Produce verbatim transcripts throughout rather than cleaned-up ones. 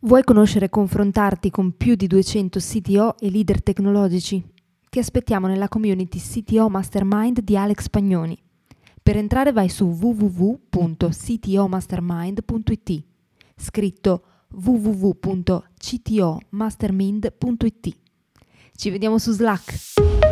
Vuoi conoscere e confrontarti con più di duecento C T O e leader tecnologici? Ti aspettiamo nella community C T O Mastermind di Alex Pagnoni. Per entrare vai su w w w punto c t o mastermind punto i t, scritto w w w punto c t o mastermind punto i t. Ci vediamo su Slack!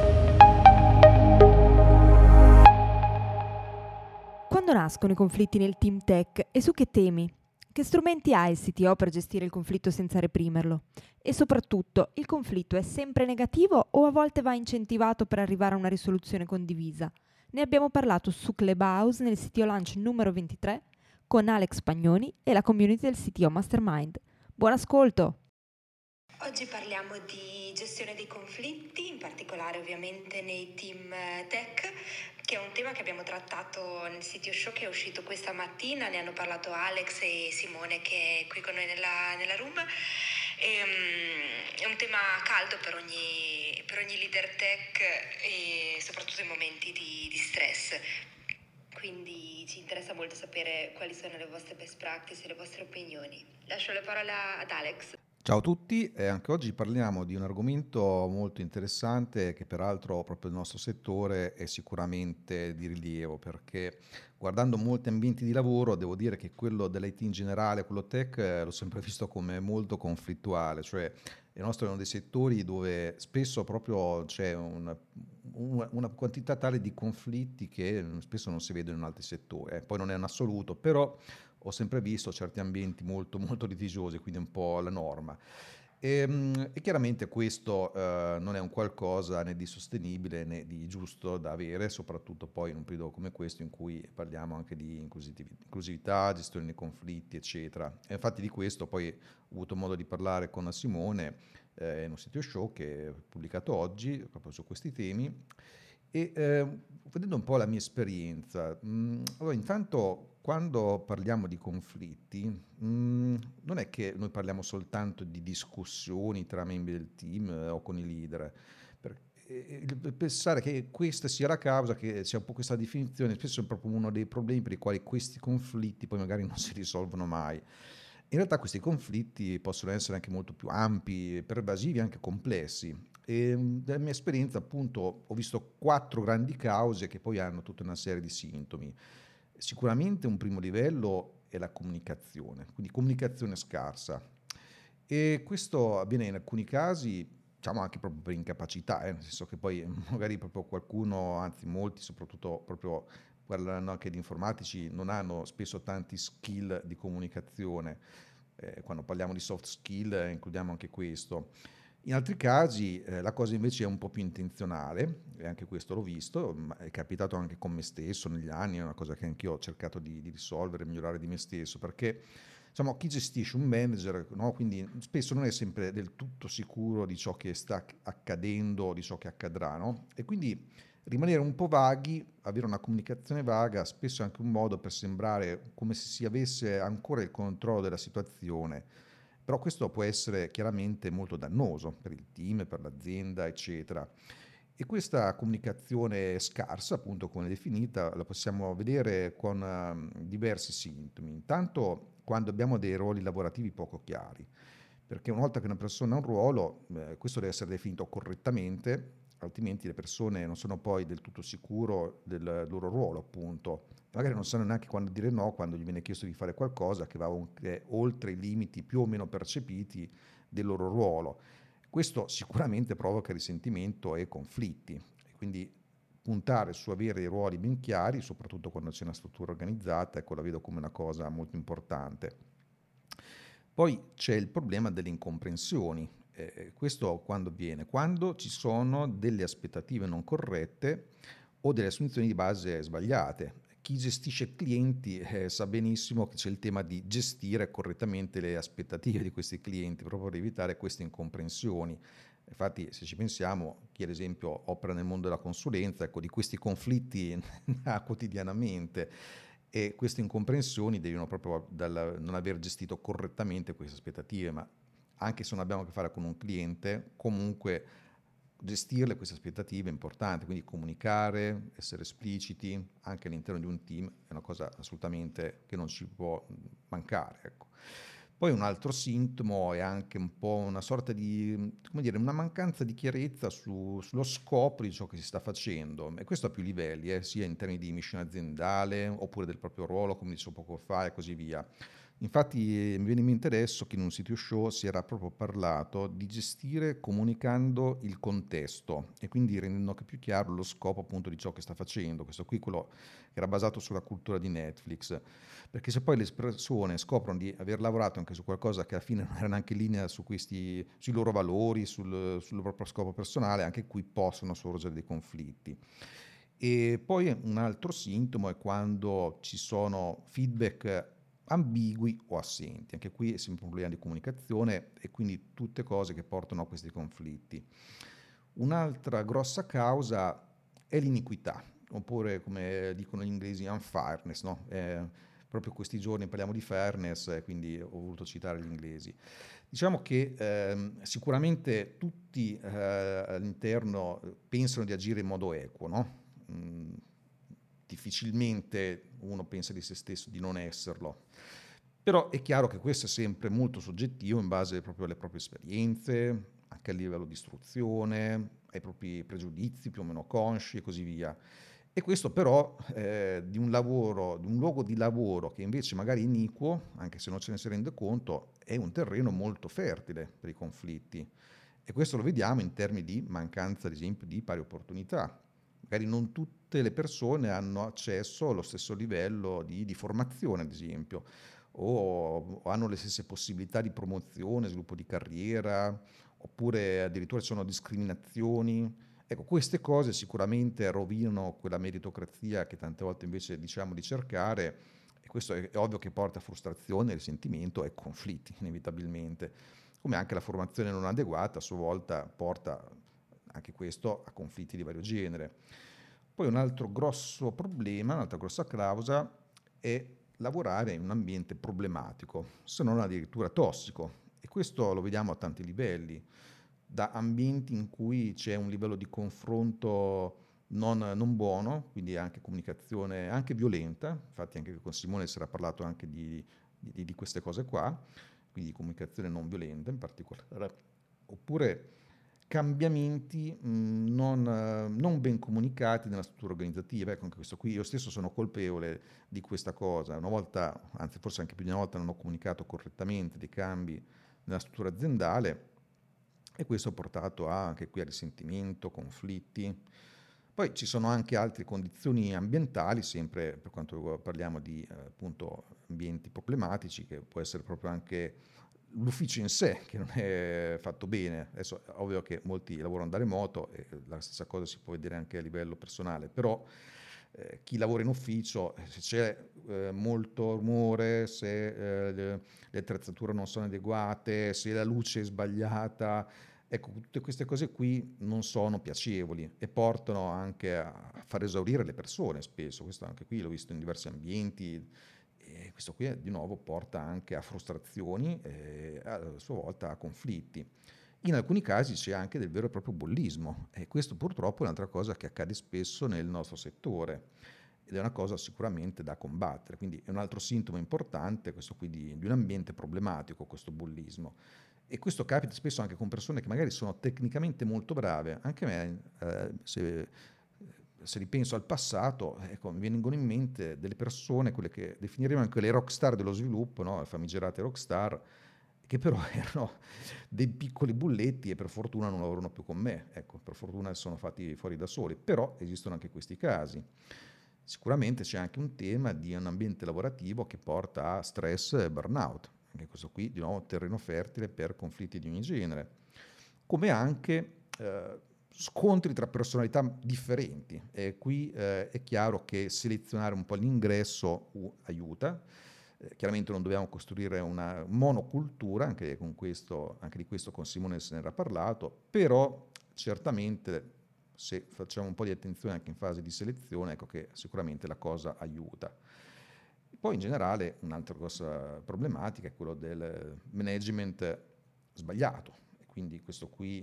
Quando nascono i conflitti nel team tech e su che temi? Che strumenti ha il C T O per gestire il conflitto senza reprimerlo? E soprattutto, il conflitto è sempre negativo o a volte va incentivato per arrivare a una risoluzione condivisa? Ne abbiamo parlato su Clubhouse nel C T O Lunch numero ventitré con Alex Pagnoni e la community del C T O Mastermind. Buon ascolto! Oggi parliamo di gestione dei conflitti, in particolare ovviamente nei team tech, che è un tema che abbiamo trattato nel C T O Show che è uscito questa mattina. Ne hanno parlato Alex e Simone, che è qui con noi nella, nella room. E, um, è un tema caldo per ogni, per ogni leader tech e soprattutto in momenti di, di stress. Quindi ci interessa molto sapere quali sono le vostre best practice e le vostre opinioni. Lascio la parola ad Alex. Ciao a tutti, e anche oggi parliamo di un argomento molto interessante che peraltro proprio il nostro settore è sicuramente di rilievo, perché guardando molti ambienti di lavoro devo dire che quello dell'I T in generale, quello tech, eh, l'ho sempre visto come molto conflittuale, cioè il nostro è uno dei settori dove spesso proprio c'è una, una, una quantità tale di conflitti che spesso non si vedono in altri settori, eh. Poi non è un assoluto, però ho sempre visto certi ambienti molto, molto litigiosi, quindi un po' la norma. E, mm, e chiaramente questo eh, non è un qualcosa né di sostenibile né di giusto da avere, soprattutto poi in un periodo come questo in cui parliamo anche di inclusivi- inclusività, gestione dei conflitti, eccetera. E infatti di questo poi ho avuto modo di parlare con Simone eh, in un sito show che ho pubblicato oggi proprio su questi temi. E eh, vedendo un po' la mia esperienza, mh, allora intanto quando parliamo di conflitti, mh, non è che noi parliamo soltanto di discussioni tra membri del team eh, o con i leader. Per, e- e pensare che questa sia la causa, che sia un po' questa definizione, spesso è proprio uno dei problemi per i quali questi conflitti poi magari non si risolvono mai. In realtà questi conflitti possono essere anche molto più ampi, pervasivi, anche complessi. E nella mia esperienza, appunto, ho visto quattro grandi cause che poi hanno tutta una serie di sintomi. Sicuramente un primo livello è la comunicazione, quindi comunicazione scarsa. E questo avviene in alcuni casi, diciamo anche proprio per incapacità, eh, nel senso che poi magari proprio qualcuno, anzi molti, soprattutto proprio parlando anche di informatici, non hanno spesso tanti skill di comunicazione. Eh, quando parliamo di soft skill eh, includiamo anche questo. In altri casi eh, la cosa invece è un po' più intenzionale, e anche questo l'ho visto, ma è capitato anche con me stesso negli anni, è una cosa che anch'io ho cercato di, di risolvere, migliorare di me stesso, perché insomma, chi gestisce un manager, no? Quindi spesso non è sempre del tutto sicuro di ciò che sta accadendo, di ciò che accadrà, no? E quindi rimanere un po' vaghi, avere una comunicazione vaga, spesso è anche un modo per sembrare come se si avesse ancora il controllo della situazione, però questo può essere chiaramente molto dannoso per il team, per l'azienda, eccetera. E questa comunicazione scarsa, appunto come definita, la possiamo vedere con uh, diversi sintomi. Intanto quando abbiamo dei ruoli lavorativi poco chiari, perché una volta che una persona ha un ruolo, eh, questo deve essere definito correttamente, altrimenti le persone non sono poi del tutto sicuro del loro ruolo, appunto. Magari non sanno neanche quando dire no, quando gli viene chiesto di fare qualcosa che va oltre i limiti più o meno percepiti del loro ruolo. Questo sicuramente provoca risentimento e conflitti, e quindi puntare su avere i ruoli ben chiari, soprattutto quando c'è una struttura organizzata, ecco, la vedo come una cosa molto importante. Poi c'è il problema delle incomprensioni. Eh, questo quando avviene? Quando ci sono delle aspettative non corrette o delle assunzioni di base sbagliate. Chi gestisce clienti eh, sa benissimo che c'è il tema di gestire correttamente le aspettative di questi clienti, proprio per evitare queste incomprensioni. Infatti, se ci pensiamo, chi ad esempio opera nel mondo della consulenza, ecco, di questi conflitti ne ha quotidianamente, e queste incomprensioni derivano proprio dal non aver gestito correttamente queste aspettative, ma anche se non abbiamo a che fare con un cliente, comunque gestirle queste aspettative è importante, quindi comunicare, essere espliciti anche all'interno di un team è una cosa assolutamente che non ci può mancare, ecco. Poi un altro sintomo è anche un po' una sorta di, come dire, una mancanza di chiarezza su- sullo scopo di ciò che si sta facendo, e questo a più livelli, eh, sia in termini di missione aziendale oppure del proprio ruolo, come dicevo poco fa, e così via. Infatti eh, mi viene in mente adesso che in un C T O show si era proprio parlato di gestire comunicando il contesto e quindi rendendo anche più chiaro lo scopo appunto di ciò che sta facendo. Questo qui quello che era basato sulla cultura di Netflix, perché se poi le persone scoprono di aver lavorato anche su qualcosa che alla fine non era neanche in linea su questi, sui loro valori, sul, sul proprio scopo personale, anche qui possono sorgere dei conflitti. E poi un altro sintomo è quando ci sono feedback ambigui o assenti. Anche qui è sempre un problema di comunicazione e quindi tutte cose che portano a questi conflitti. Un'altra grossa causa è l'iniquità, oppure come dicono gli inglesi unfairness, no? Eh, proprio questi giorni parliamo di fairness, e quindi ho voluto citare gli inglesi. Diciamo che ehm, sicuramente tutti eh, all'interno pensano di agire in modo equo, no? Mm, difficilmente uno pensa di se stesso di non esserlo. Però è chiaro che questo è sempre molto soggettivo in base proprio alle proprie esperienze, anche a livello di istruzione, ai propri pregiudizi più o meno consci e così via. E questo però eh, di un lavoro, di un luogo di lavoro che invece magari è iniquo, anche se non ce ne si rende conto, è un terreno molto fertile per i conflitti. E questo lo vediamo in termini di mancanza, ad esempio, di pari opportunità. Magari non tutte le persone hanno accesso allo stesso livello di, di formazione, ad esempio, o, o hanno le stesse possibilità di promozione, sviluppo di carriera, oppure addirittura ci sono discriminazioni. Ecco, queste cose sicuramente rovinano quella meritocrazia che tante volte invece diciamo di cercare, e questo è, è ovvio che porta a frustrazione, risentimento e conflitti, inevitabilmente. Come anche la formazione non adeguata a sua volta porta anche questo a conflitti di vario genere. Poi un altro grosso problema, un'altra grossa causa è lavorare in un ambiente problematico, se non addirittura tossico. E questo lo vediamo a tanti livelli, da ambienti in cui c'è un livello di confronto non, non buono, quindi anche comunicazione anche violenta, infatti anche con Simone si era parlato anche di, di, di queste cose qua, quindi di comunicazione non violenta in particolare, oppure cambiamenti mh, non, eh, non ben comunicati nella struttura organizzativa. Ecco, anche questo qui io stesso sono colpevole di questa cosa. Una volta, anzi forse anche più di una volta, non ho comunicato correttamente dei cambi nella struttura aziendale e questo ha portato a, anche qui a risentimento, conflitti. Poi ci sono anche altre condizioni ambientali, sempre per quanto parliamo di eh, appunto ambienti problematici, che può essere proprio anche l'ufficio in sé che non è fatto bene. Adesso è ovvio che molti lavorano da remoto e la stessa cosa si può vedere anche a livello personale, però eh, chi lavora in ufficio, se c'è eh, molto rumore, se eh, le, le attrezzature non sono adeguate, se la luce è sbagliata, ecco, tutte queste cose qui non sono piacevoli e portano anche a far esaurire le persone spesso. Questo anche qui l'ho visto in diversi ambienti, e questo qui di nuovo porta anche a frustrazioni e a sua volta a conflitti. In alcuni casi c'è anche del vero e proprio bullismo e questo purtroppo è un'altra cosa che accade spesso nel nostro settore ed è una cosa sicuramente da combattere, quindi è un altro sintomo importante questo qui di, di un ambiente problematico, questo bullismo. E questo capita spesso anche con persone che magari sono tecnicamente molto brave. Anche a me, eh, se, se ripenso al passato, ecco, mi vengono in mente delle persone, quelle che definiremo anche le rockstar dello sviluppo, no? Le famigerate rockstar, che però erano dei piccoli bulletti e per fortuna non lavorano più con me. Ecco, per fortuna sono fatti fuori da soli, però esistono anche questi casi. Sicuramente c'è anche un tema di un ambiente lavorativo che porta a stress e burnout. Anche questo qui, di nuovo, terreno fertile per conflitti di ogni genere. Come anche eh, scontri tra personalità differenti. E qui eh, è chiaro che selezionare un po' l'ingresso uh, aiuta. Eh, chiaramente non dobbiamo costruire una monocultura, anche, con questo, anche di questo con Simone se ne era parlato, però certamente se facciamo un po' di attenzione anche in fase di selezione, ecco che sicuramente la cosa aiuta. Poi in generale un'altra grossa problematica è quello del management sbagliato, e quindi questo qui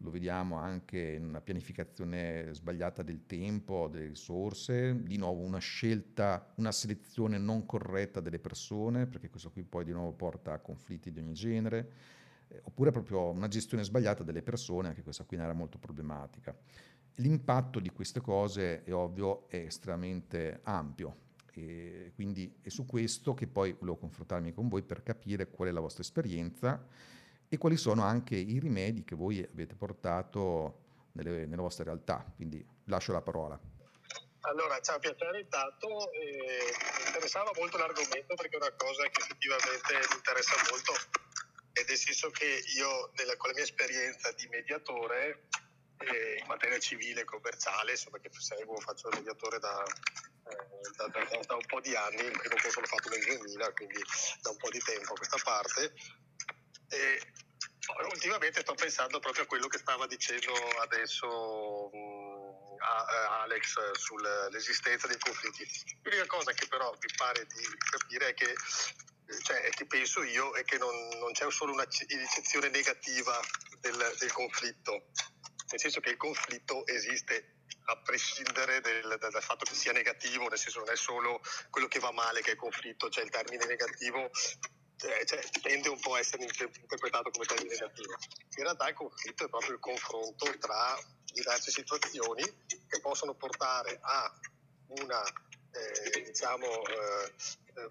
lo vediamo anche in una pianificazione sbagliata del tempo, delle risorse, di nuovo una scelta, una selezione non corretta delle persone, perché questo qui poi di nuovo porta a conflitti di ogni genere, eh, oppure proprio una gestione sbagliata delle persone, anche questa qui era molto problematica. L'impatto di queste cose, è ovvio, è estremamente ampio. E quindi è su questo che poi volevo confrontarmi con voi per capire qual è la vostra esperienza e quali sono anche i rimedi che voi avete portato nelle, nelle vostre realtà. Quindi lascio la parola. Allora, ciao, piacere intanto. Eh, mi interessava molto l'argomento perché è una cosa che effettivamente mi interessa molto, ed nel senso che io, nella, con la mia esperienza di mediatore eh, in materia civile e commerciale, insomma, che seguo, faccio il mediatore da, eh, da, da, da un po' di anni, il primo corso l'ho fatto nel duemila, quindi da un po' di tempo a questa parte. E ultimamente sto pensando proprio a quello che stava dicendo adesso mh, a, a Alex sull'esistenza dei conflitti. L'unica cosa che però mi pare di capire è che, cioè, è che penso io è che non, non c'è solo una ricezione negativa del, del conflitto, nel senso che il conflitto esiste a prescindere del, dal, dal fatto che sia negativo, nel senso non è solo quello che va male che è il conflitto, cioè il termine negativo cioè, tende un po' a essere interpretato come termine negativo. In realtà il conflitto è proprio il confronto tra diverse situazioni che possono portare a una eh, diciamo eh, eh,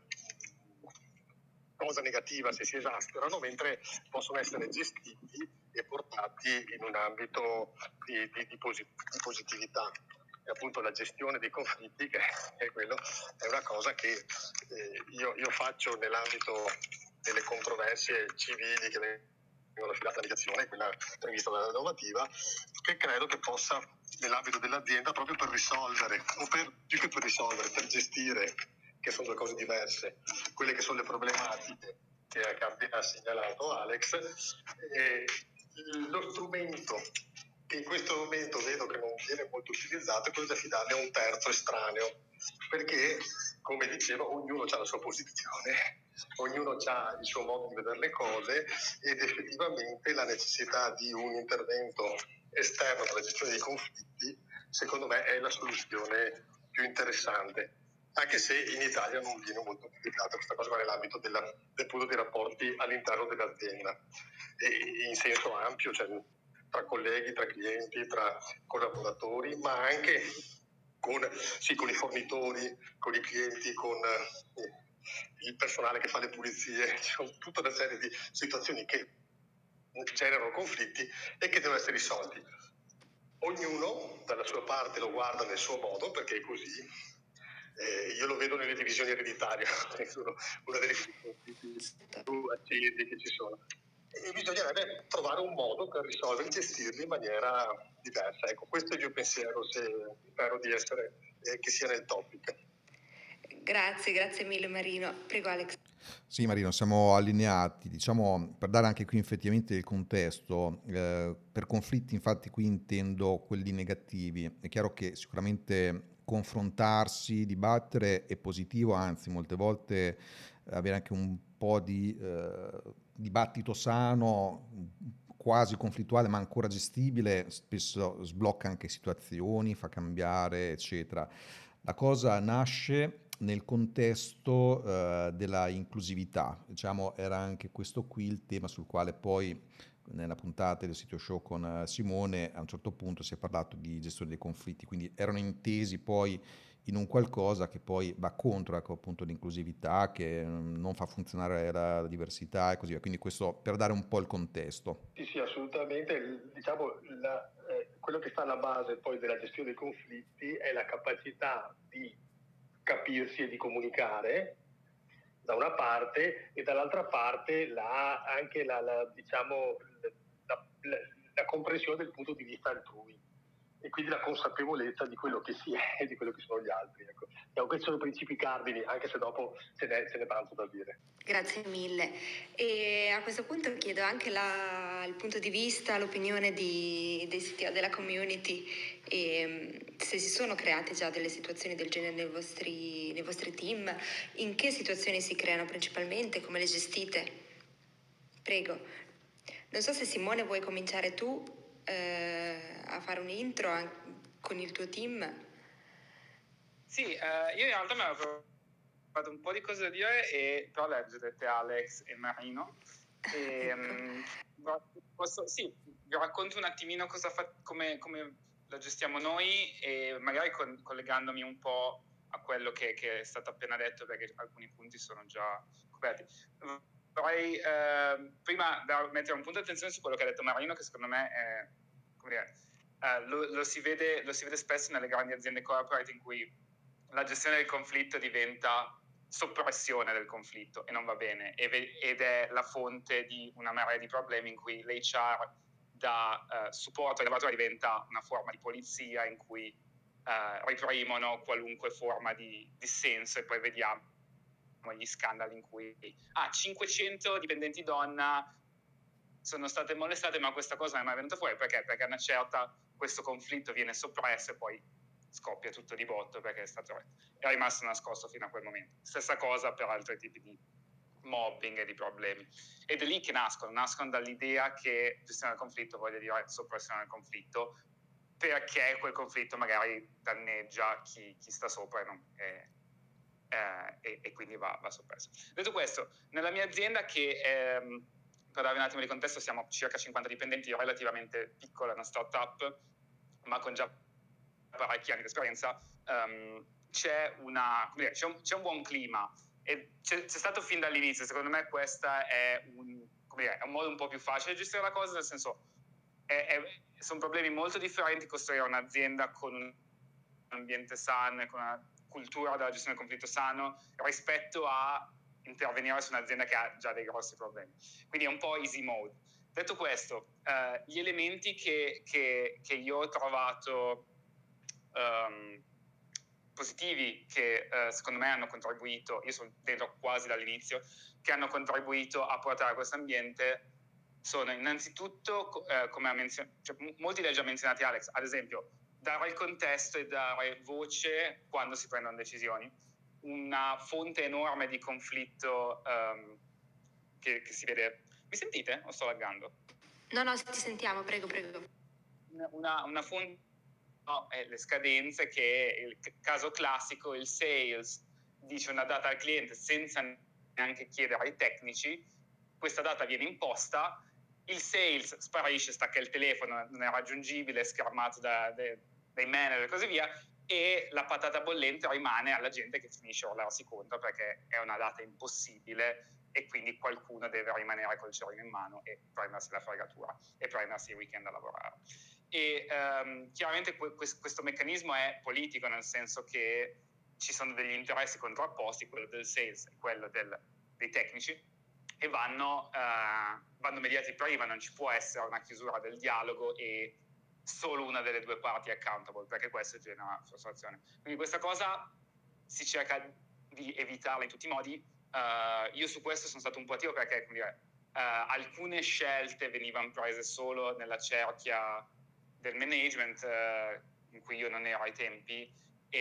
cosa negativa se si esasperano, mentre possono essere gestiti e portati in un ambito di, di, di, posit- di positività. E appunto la gestione dei conflitti, che è quello, è una cosa che eh, io, io faccio nell'ambito delle controversie civili che vengono affidate alla mediazione, quella prevista dalla normativa, che credo che possa, nell'ambito dell'azienda, proprio per risolvere, o per, più che per risolvere, per gestire, che sono due cose diverse, quelle che sono le problematiche che ha appena segnalato Alex, e lo strumento che in questo momento vedo che non viene molto utilizzato è quello di affidarne a un terzo estraneo, perché, come dicevo, ognuno ha la sua posizione, ognuno ha il suo modo di vedere le cose, ed effettivamente la necessità di un intervento esterno per la gestione dei conflitti, secondo me, è la soluzione più interessante, anche se in Italia non viene molto utilizzata questa cosa nell'ambito della, del punto dei rapporti all'interno dell'azienda, e in senso ampio, cioè tra colleghi, tra clienti, tra collaboratori, ma anche con, sì, con i fornitori, con i clienti, con eh, il personale che fa le pulizie. C'è tutta una serie di situazioni che generano conflitti e che devono essere risolti. Ognuno dalla sua parte lo guarda nel suo modo, perché è così. Eh, io lo vedo nelle divisioni ereditarie, che sono una delle conflitti più accesi che ci sono. E bisognerebbe trovare un modo per risolverli, gestirli in maniera diversa. Ecco, questo è il mio pensiero, se spero di essere, eh, che sia nel topic. Grazie, grazie mille Marino. Prego Alex. Sì, Marino, siamo allineati. Diciamo, per dare anche qui effettivamente il contesto, eh, per conflitti infatti qui intendo quelli negativi. È chiaro che sicuramente confrontarsi, dibattere è positivo, anzi molte volte avere anche un po' di eh, dibattito sano, quasi conflittuale ma ancora gestibile, spesso sblocca anche situazioni, fa cambiare, eccetera. La cosa nasce nel contesto eh, della inclusività, diciamo era anche questo qui il tema sul quale poi nella puntata del sito show con eh, Simone a un certo punto si è parlato di gestione dei conflitti, quindi erano intesi poi in un qualcosa che poi va contro, ecco, appunto l'inclusività, che mm, non fa funzionare la diversità e così via, quindi questo per dare un po' il contesto. Sì, sì, assolutamente. Diciamo, la, eh, quello che sta alla base poi della gestione dei conflitti è la capacità di capirsi e di comunicare da una parte, e dall'altra parte la, anche la, la, diciamo, la, la, la comprensione del punto di vista altrui, e quindi la consapevolezza di quello che si è e di quello che sono gli altri. Ecco. Questi sono i principi cardini, anche se dopo ce n'è, ce n'è tanto da dire. Grazie mille. E a questo punto chiedo anche la, il punto di vista, l'opinione di, dei C T O della community, e se si sono create già delle situazioni del genere nei vostri, nei vostri team, in che situazioni si creano principalmente, come le gestite? Prego. Non so se Simone vuoi cominciare tu, eh, a fare un intro an- con il tuo team? Sì, eh, io in realtà mi avevo fatto un po' di cose da dire, e però le avete dette Alex e Marino. E, Ecco. um, posso, sì, vi racconto un attimino cosa fa, come, come la gestiamo noi, e magari con, collegandomi un po' a quello che, che è stato appena detto, perché alcuni punti sono già coperti. Vorrei eh, prima da mettere un punto di attenzione su quello che ha detto Marino, che secondo me è, come dire, eh, lo, lo, si vede, lo si vede spesso nelle grandi aziende corporate, in cui la gestione del conflitto diventa soppressione del conflitto e non va bene, ed è la fonte di una marea di problemi in cui l'H R da eh, supporto ai lavoratori diventa una forma di polizia in cui eh, reprimono qualunque forma di dissenso, e poi vediamo gli scandali in cui ah, cinquecento dipendenti donna sono state molestate, ma questa cosa non è mai venuta fuori. Perché? Perché a una certa questo conflitto viene soppresso e poi scoppia tutto di botto, perché è stato è rimasto nascosto fino a quel momento. Stessa cosa per altri tipi di mobbing e di problemi. Ed è lì che nascono, nascono dall'idea che gestione del conflitto voglia dire soppressione del conflitto, perché quel conflitto magari danneggia chi, chi sta sopra e, non, è, eh, e, e quindi va, va soppresso. Detto questo, nella mia azienda, che ehm, per darvi un attimo di contesto, siamo circa cinquanta dipendenti, relativamente piccola, una startup, ma con già parecchi anni di esperienza, um, c'è, una, come dire, c'è, un, c'è un buon clima, e c'è, c'è stato fin dall'inizio. Secondo me questo è un, come dire, è un modo un po' più facile di gestire la cosa, nel senso è, è, sono problemi molto differenti costruire un'azienda con un ambiente sano e con una cultura della gestione del conflitto sano rispetto a intervenire su un'azienda che ha già dei grossi problemi. Quindi è un po' easy mode. Detto questo, eh, gli elementi che, che, che io ho trovato um, positivi, che uh, secondo me hanno contribuito, io sono dentro quasi dall'inizio, che hanno contribuito a portare a questo ambiente, sono innanzitutto, eh, come ha menzionato, cioè, molti li ha già menzionati Alex, ad esempio dare il contesto e dare voce quando si prendono decisioni. Una fonte enorme di conflitto um, che, che si vede. Mi sentite o sto laggando? No, no, ti sentiamo, prego, prego. Una, una fonte, no, è le scadenze, che è il caso classico, il sales dice una data al cliente senza neanche chiedere ai tecnici, questa data viene imposta, il sales sparisce, stacca il telefono, non è raggiungibile, è schermato da, da, dai manager e così via, e la patata bollente rimane alla gente che finisce a urlarsi contro perché è una data impossibile, e quindi qualcuno deve rimanere col cerino in mano e prendersi la fregatura e prendersi il weekend a lavorare. E um, chiaramente que- questo meccanismo è politico, nel senso che ci sono degli interessi contrapposti, quello del sales e quello del, dei tecnici, e vanno, uh, vanno mediati prima. Non ci può essere una chiusura del dialogo e solo una delle due parti è accountable, perché questo genera frustrazione. Quindi questa cosa si cerca di evitarla in tutti i modi. Uh, io su questo sono stato un po' attivo, perché, come dire, uh, alcune scelte venivano prese solo nella cerchia del management, uh, in cui io non ero ai tempi,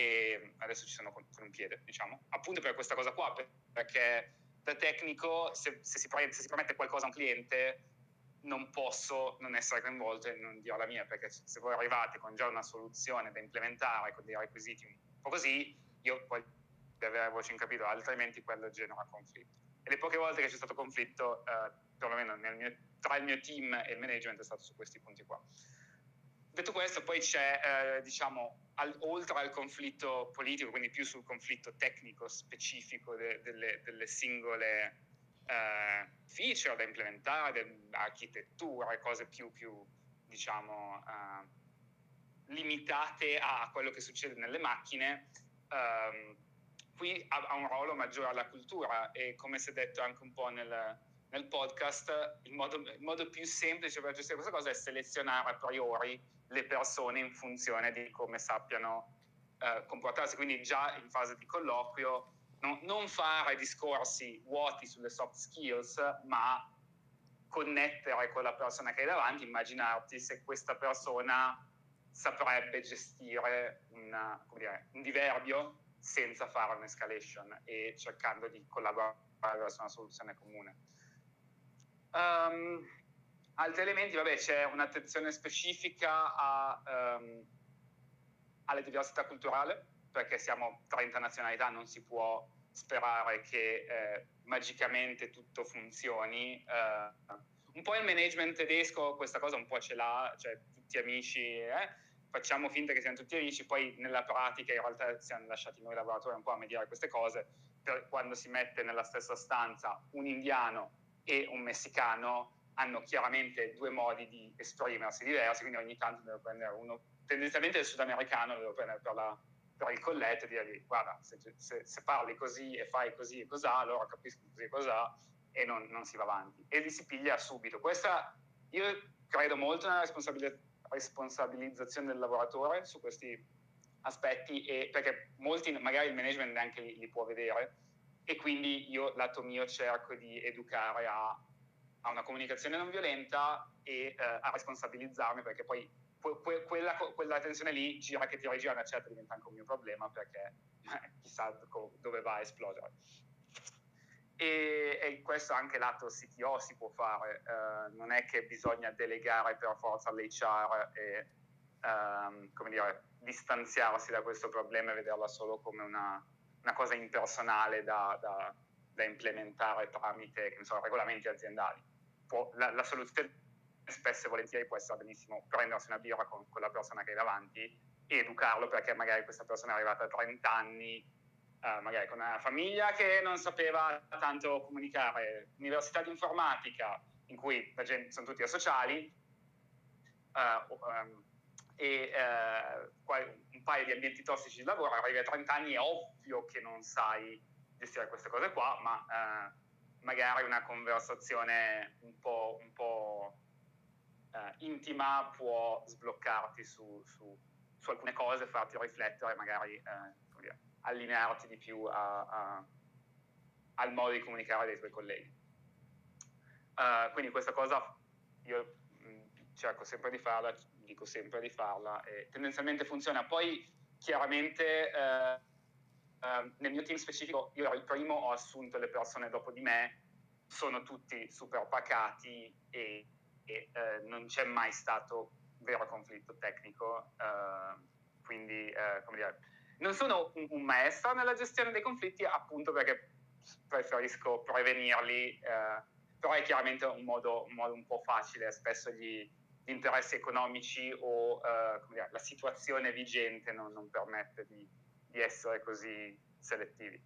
e adesso ci sono con un piede, diciamo, appunto per questa cosa qua, perché da tecnico, se, se, si, pre- se si promette qualcosa a un cliente, non posso non essere coinvolto e non dire la mia, perché se voi arrivate con già una soluzione da implementare, con dei requisiti un po' così, io poi devo avere voce in capitolo, altrimenti quello genera conflitto. E le poche volte che c'è stato conflitto, eh, perlomeno nel mio, tra il mio team e il management, è stato su questi punti qua. Detto questo, poi c'è, eh, diciamo, al, oltre al conflitto politico, quindi più sul conflitto tecnico specifico de, delle, delle singole eh, feature da implementare, architetture, cose più, più diciamo, eh, limitate a quello che succede nelle macchine. Um, qui ha, ha un ruolo maggiore alla cultura, e come si è detto anche un po' nel, nel podcast, il modo, il modo più semplice per gestire questa cosa è selezionare a priori le persone in funzione di come sappiano eh, comportarsi. Quindi già in fase di colloquio no, non fare discorsi vuoti sulle soft skills, ma connettere con la persona che hai davanti, immaginarti se questa persona saprebbe gestire una, come dire, un diverbio senza fare un'escalation, e cercando di collaborare verso una soluzione comune. Um, altri elementi, vabbè, c'è un'attenzione specifica a, um, alle diversità culturali, perché siamo trenta nazionalità, non si può sperare che eh, magicamente tutto funzioni. Uh, un po' il management tedesco questa cosa un po' ce l'ha, cioè tutti amici, eh? facciamo finta che siano tutti amici, poi nella pratica in realtà siamo lasciati noi lavoratori un po' a mediare queste cose, per quando si mette nella stessa stanza un indiano e un messicano hanno chiaramente due modi di esprimersi diversi, quindi ogni tanto devo prendere uno, tendenzialmente il sudamericano lo devo prendere per, la, per il colletto e dirgli guarda, se, se, se parli così e fai così e cosà, allora capisco così e cosà, e non, non si va avanti. E li si piglia subito. Questa, io credo molto nella responsabilità responsabilizzazione del lavoratore su questi aspetti, e perché molti magari il management neanche li, li può vedere, e quindi io lato mio cerco di educare a, a una comunicazione non violenta e eh, a responsabilizzarmi, perché poi que, quella, quella tensione lì gira che ti rigira una certa diventa anche un mio problema, perché eh, chissà dove va a esplodere. E, e questo anche lato C T O si può fare, uh, non è che bisogna delegare per forza all'H R e um, come dire, distanziarsi da questo problema e vederla solo come una, una cosa impersonale da, da, da implementare tramite, che ne so, regolamenti aziendali. Può, la, la soluzione spesso e volentieri può essere benissimo prendersi una birra con, con la persona che hai davanti e educarlo, perché magari questa persona è arrivata a trenta anni, Uh, magari con una famiglia che non sapeva tanto comunicare, università di informatica in cui la gente, sono tutti asociali, uh, um, e uh, un paio di ambienti tossici di lavoro, arrivi a trenta anni, è ovvio che non sai gestire queste cose qua, ma uh, magari una conversazione un po', un po' uh, intima può sbloccarti su, su, su alcune cose, farti riflettere, magari uh, come dire, allinearti di più a, a, al modo di comunicare dei tuoi colleghi. Uh, quindi questa cosa io mh, cerco sempre di farla, dico sempre di farla e tendenzialmente funziona. Poi chiaramente uh, uh, nel mio team specifico io ero il primo, ho assunto le persone dopo di me, sono tutti super pacati e, e uh, non c'è mai stato vero conflitto tecnico, uh, quindi uh, come dire, non sono un, un maestro nella gestione dei conflitti, appunto perché preferisco prevenirli, eh, però è chiaramente un modo, un modo un po' facile, spesso gli, gli interessi economici o eh, come dire, la situazione vigente non, non permette di, di essere così selettivi.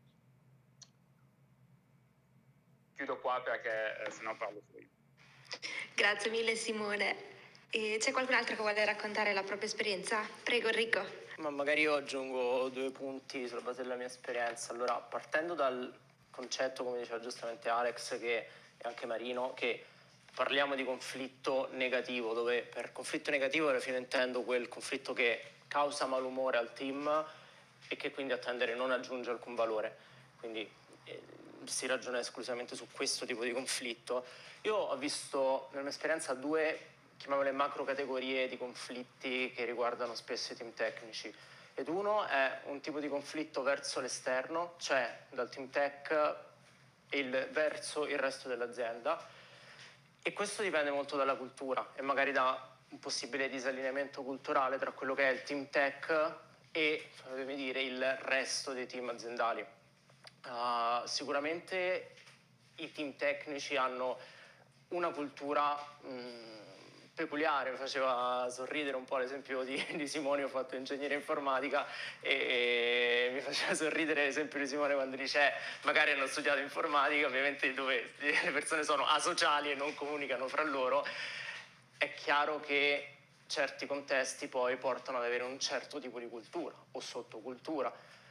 Chiudo qua perché eh, sennò parlo solo io. Grazie mille Simone. E c'è qualcun altro che vuole raccontare la propria esperienza? Prego Enrico. Ma magari io aggiungo due punti sulla base della mia esperienza. Allora, partendo dal concetto, come diceva giustamente Alex, che e anche Marino, che parliamo di conflitto negativo, dove per conflitto negativo alla fine intendo quel conflitto che causa malumore al team e che quindi a tendere non aggiunge alcun valore. Quindi eh, si ragiona esclusivamente su questo tipo di conflitto. Io ho visto nella mia esperienza due, chiamiamole macro categorie di conflitti che riguardano spesso i team tecnici. Ed uno è un tipo di conflitto verso l'esterno, cioè dal team tech il, verso il resto dell'azienda, e questo dipende molto dalla cultura e magari da un possibile disallineamento culturale tra quello che è il team tech e, fatemi dire, il resto dei team aziendali. Uh, sicuramente i team tecnici hanno una cultura mh, peculiare. Mi faceva sorridere un po' l'esempio di, di Simone. Ho fatto ingegneria informatica e, e mi faceva sorridere l'esempio di Simone quando dice eh, magari hanno studiato informatica, ovviamente dove le persone sono asociali e non comunicano fra loro. È chiaro che certi contesti poi portano ad avere un certo tipo di cultura o sottocultura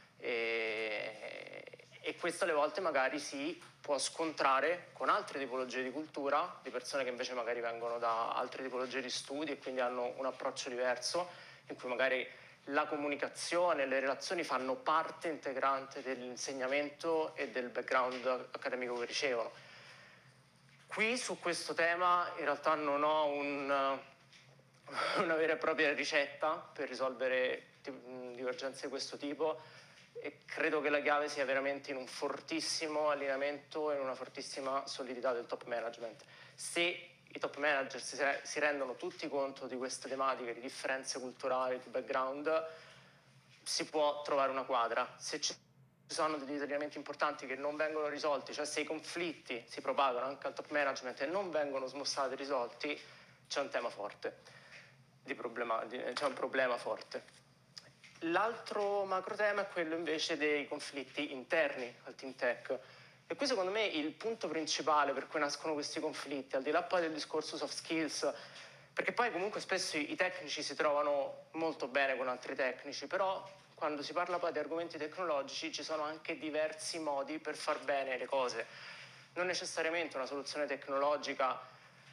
e, e questo alle volte magari si può scontrare con altre tipologie di cultura, di persone che invece magari vengono da altre tipologie di studi e quindi hanno un approccio diverso, in cui magari la comunicazione e le relazioni fanno parte integrante dell'insegnamento e del background accademico che ricevono. Qui su questo tema in realtà non ho un, una vera e propria ricetta per risolvere divergenze di questo tipo, e credo che la chiave sia veramente in un fortissimo allineamento e in una fortissima solidità del top management. Se i top manager si, si rendono tutti conto di queste tematiche, di differenze culturali, di background, si può trovare una quadra. Se ci sono degli determinamenti importanti che non vengono risolti, cioè se i conflitti si propagano anche al top management e non vengono smussati e risolti, c'è un tema forte, di problema, di, c'è un problema forte. L'altro macro tema è quello invece dei conflitti interni al team tech. E qui secondo me il punto principale per cui nascono questi conflitti, al di là poi del discorso soft skills, perché poi comunque spesso i tecnici si trovano molto bene con altri tecnici, però quando si parla poi di argomenti tecnologici ci sono anche diversi modi per far bene le cose. Non necessariamente una soluzione tecnologica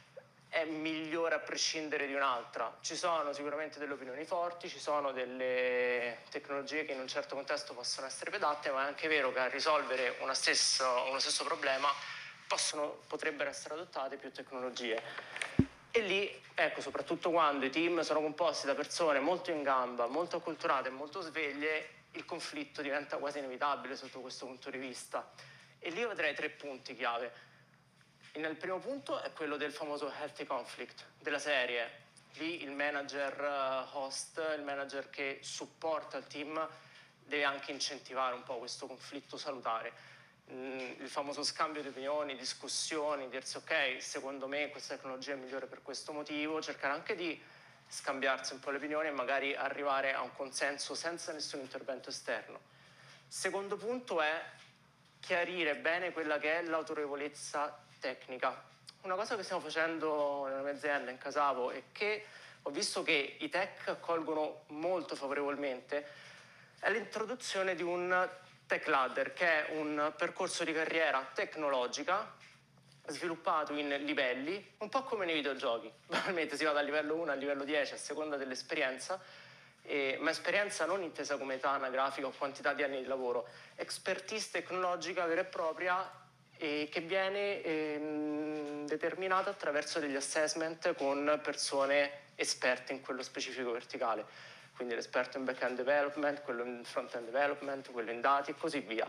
è migliore a prescindere di un'altra. Ci sono sicuramente delle opinioni forti, ci sono delle tecnologie che in un certo contesto possono essere più adatte, ma è anche vero che a risolvere una stesso, uno stesso problema possono, potrebbero essere adottate più tecnologie. E lì, ecco, soprattutto quando i team sono composti da persone molto in gamba, molto acculturate e molto sveglie, il conflitto diventa quasi inevitabile sotto questo punto di vista. E lì io vedrei tre punti chiave. Il primo punto è quello del famoso healthy conflict, della serie. Lì il manager host, il manager che supporta il team, deve anche incentivare un po' questo conflitto salutare. Il famoso scambio di opinioni, discussioni, dirsi ok, secondo me questa tecnologia è migliore per questo motivo, cercare anche di scambiarsi un po' le opinioni e magari arrivare a un consenso senza nessun intervento esterno. Secondo punto è chiarire bene quella che è l'autorevolezza tecnica. Una cosa che stiamo facendo nella mia azienda in Casavo e che ho visto che i tech accolgono molto favorevolmente è l'introduzione di un tech ladder, che è un percorso di carriera tecnologica sviluppato in livelli, un po' come nei videogiochi. Probabilmente si va dal livello uno al livello dieci a seconda dell'esperienza, eh, ma esperienza non intesa come età anagrafica o quantità di anni di lavoro, expertise tecnologica vera e propria, e che viene ehm, determinata attraverso degli assessment con persone esperte in quello specifico verticale, quindi l'esperto in back-end development, quello in front-end development, quello in dati e così via.